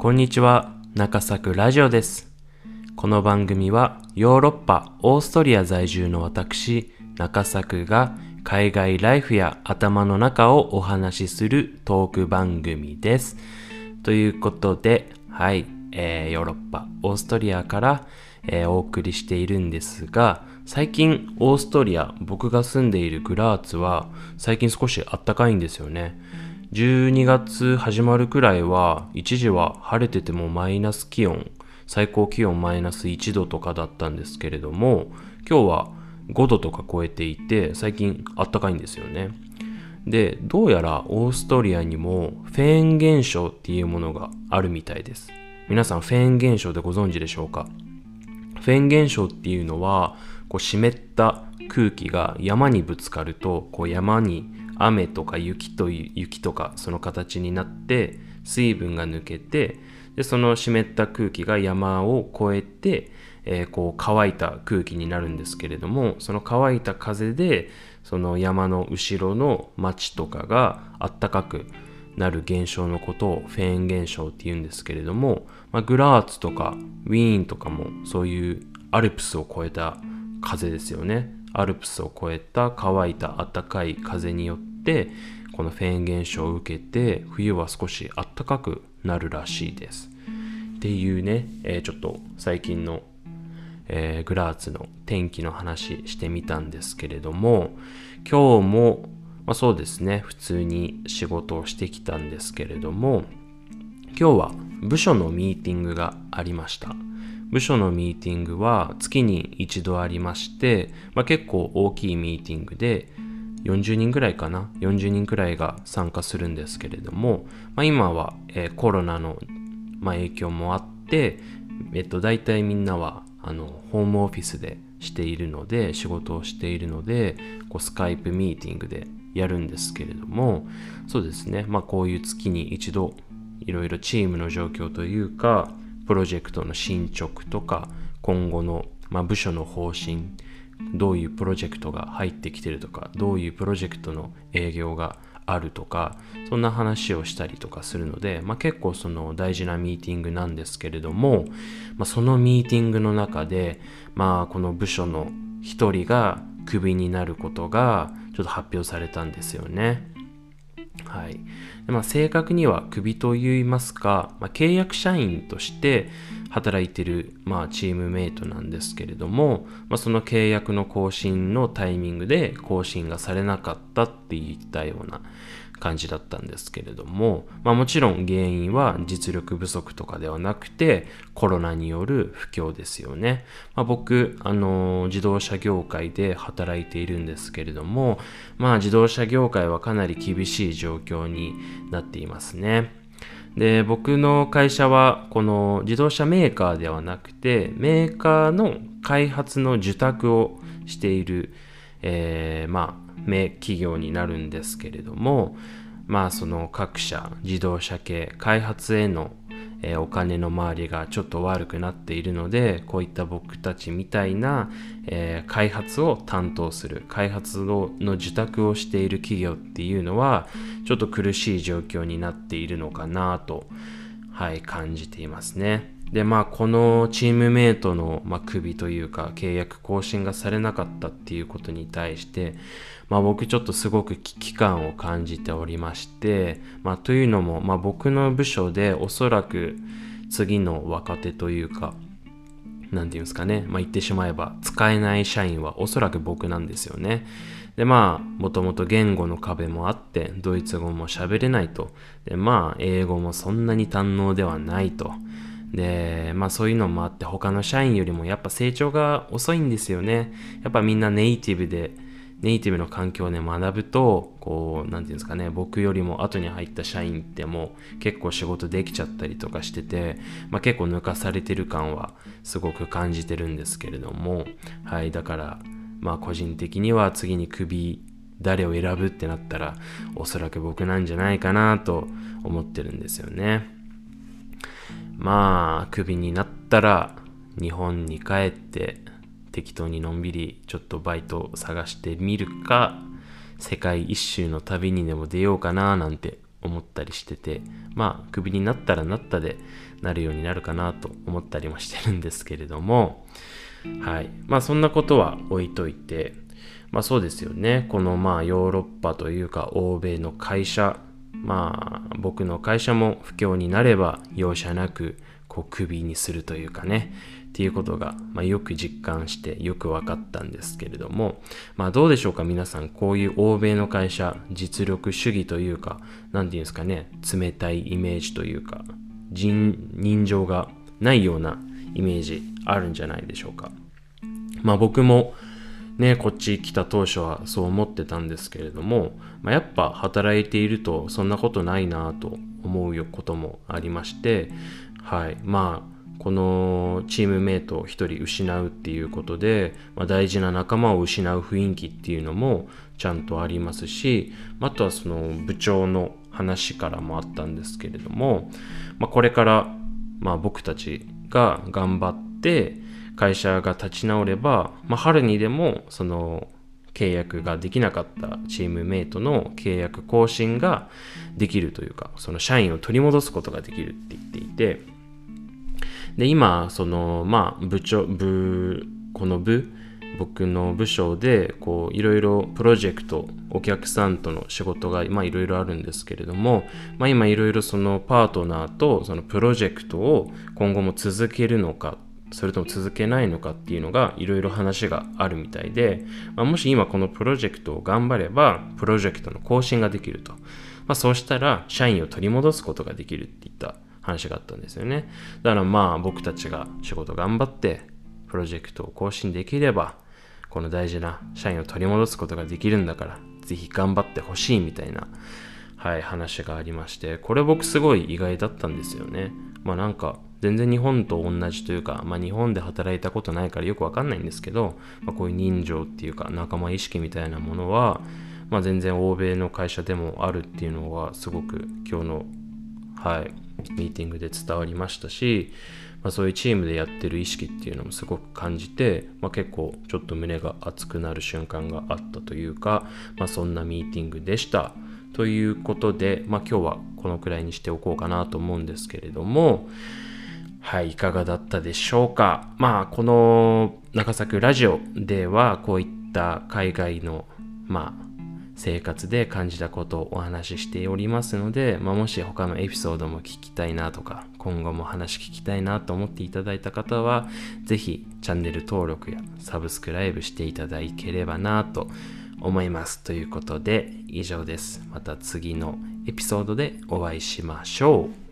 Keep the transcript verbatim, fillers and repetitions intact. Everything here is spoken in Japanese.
こんにちは、中作ラジオです。この番組はヨーロッパ、オーストリア在住の私、中作が海外ライフや頭の中をお話しするトーク番組です。ということで、はい、えー、ヨーロッパ、オーストリアから、えー、お送りしているんですが、最近オーストリア、僕が住んでいるグラーツは最近少し暖かいんですよね。じゅうにがつ始まるくらいは一時は晴れててもマイナス気温、最高気温マイナスいちどとかだったんですけれども、今日はごどとか超えていて最近暖かいんですよね。で、どうやらオーストリアにもフェーン現象っていうものがあるみたいです。皆さんフェーン現象でご存知でしょうか？フェーン現象っていうのはこう湿った空気が山にぶつかると、こう山に雨とか雪と雪とかその形になって水分が抜けて、でその湿った空気が山を越えて、えー、こう乾いた空気になるんですけれども、その乾いた風でその山の後ろの町とかがあったかくなる現象のことをフェーン現象って言うんですけれども、まあ、グラーツとかウィーンとかもそういうアルプスを越えた風ですよね。アルプスを越えた乾いた暖かい風によってこのフェーン現象を受けて冬は少し暖かくなるらしいですっていうね、えー、ちょっと最近の、えー、グラーツの天気の話してみたんですけれども、今日も、まあ、そうですね、普通に仕事をしてきたんですけれども、今日は部署のミーティングがありました。部署のミーティングは月に一度ありまして、まあ、結構大きいミーティングでよんじゅうにんくらいかなよんじゅうにんくらいが参加するんですけれども、まあ、今は、えー、コロナの、まあ、影響もあって、えっと、大体みんなはあのホームオフィスでしているので仕事をしているのでこうスカイプミーティングでやるんですけれども、そうですね、まあ、こういう月に一度いろいろチームの状況というかプロジェクトの進捗とか今後の、まあ、部署の方針、どういうプロジェクトが入ってきてるとか、どういうプロジェクトの営業があるとか、そんな話をしたりとかするので、まあ、結構その大事なミーティングなんですけれども、まあ、そのミーティングの中で、まあ、この部署の一人がクビになることがちょっと発表されたんですよね。はい。でまあ、正確にはクビと言いますか、まあ、契約社員として働いている、まあ、チームメイトなんですけれども、まあ、その契約の更新のタイミングで更新がされなかったっていったような感じだったんですけれども、まあ、もちろん原因は実力不足とかではなくてコロナによる不況ですよね。まあ、僕、あのー、自動車業界で働いているんですけれども、まあ自動車業界はかなり厳しい状況になっていますね。で、僕の会社はこの自動車メーカーではなくてメーカーの開発の受託をしている、えー、まあ企業になるんですけれども、まあその各社自動車系開発へのえー、お金の回りがちょっと悪くなっているので、こういった僕たちみたいな、えー、開発を担当する開発の受託をしている企業っていうのはちょっと苦しい状況になっているのかなと、はい、感じていますね。でまあこのチームメイトの、まあ、クビというか契約更新がされなかったっていうことに対して、まあ、僕ちょっとすごく危機感を感じておりまして、まあ、というのも、まあ、僕の部署でおそらく次の若手というかなんていうんですかね、まあ、言ってしまえば使えない社員はおそらく僕なんですよね。でまあもともと言語の壁もあってドイツ語も喋れないと、でまあ英語もそんなに堪能ではないと、でまあそういうのもあって他の社員よりもやっぱ成長が遅いんですよね。やっぱみんなネイティブでネイティブの環境で学ぶとこうなんていうんですかね、僕よりも後に入った社員ってもう結構仕事できちゃったりとかしてて、まあ、結構抜かされてる感はすごく感じてるんですけれども、はい、だからまあ個人的には次にクビ誰を選ぶってなったらおそらく僕なんじゃないかなと思ってるんですよね。まあクビになったら日本に帰って適当にのんびりちょっとバイトを探してみるか、世界一周の旅にでも出ようかななんて思ったりしてて、まあクビになったらなったでなるようになるかなと思ったりもしてるんですけれども、はい。まあそんなことは置いといて、まあそうですよね。このまあヨーロッパというか欧米の会社、まあ僕の会社も不況になれば容赦なくこうクビにするというかね、っていうことが、まあ、よく実感してよく分かったんですけれども、まあどうでしょうか皆さん、こういう欧米の会社、実力主義というか、なんていうんですかね、冷たいイメージというか、人、人情がないようなイメージあるんじゃないでしょうか。まあ僕もね、こっち来た当初はそう思ってたんですけれども、まあ、やっぱ働いているとそんなことないなと思うこともありまして、はい、まあこのチームメイトを一人失うっていうことで、まあ、大事な仲間を失う雰囲気っていうのもちゃんとありますし、あとはその部長の話からもあったんですけれども、まあ、これからまあ僕たちが頑張って会社が立ち直れば、まあ、春にでもその契約ができなかったチームメイトの契約更新ができるというか、その社員を取り戻すことができるって言っていて、で今そのまあ部長部この部僕の部署でこういろいろプロジェクトお客さんとの仕事がまあいろいろあるんですけれども、まあ、今いろいろそのパートナーとそのプロジェクトを今後も続けるのかそれとも続けないのかっていうのがいろいろ話があるみたいで、まあ、もし今このプロジェクトを頑張ればプロジェクトの更新ができると、まあ、そうしたら社員を取り戻すことができるっていった話があったんですよね。だからまあ僕たちが仕事頑張ってプロジェクトを更新できればこの大事な社員を取り戻すことができるんだからぜひ頑張ってほしいみたいな、はい、話がありまして、これ僕すごい意外だったんですよね。まあなんか全然日本と同じというか、まあ日本で働いたことないからよくわかんないんですけど、まあ、こういう人情っていうか仲間意識みたいなものは、まあ全然欧米の会社でもあるっていうのはすごく今日のはいミーティングで伝わりましたし、まあ、そういうチームでやってる意識っていうのもすごく感じて、まあ、結構ちょっと胸が熱くなる瞬間があったというか、まあ、そんなミーティングでしたということで、まあ、今日はこのくらいにしておこうかなと思うんですけれども、はい、いかがだったでしょうか。まあこの中作ラジオではこういった海外のまあ生活で感じたことをお話ししておりますので、まあ、もし他のエピソードも聞きたいなとか今後も話聞きたいなと思っていただいた方はぜひチャンネル登録やサブスクライブしていただければなと思います。ということで以上です。また次のエピソードでお会いしましょう。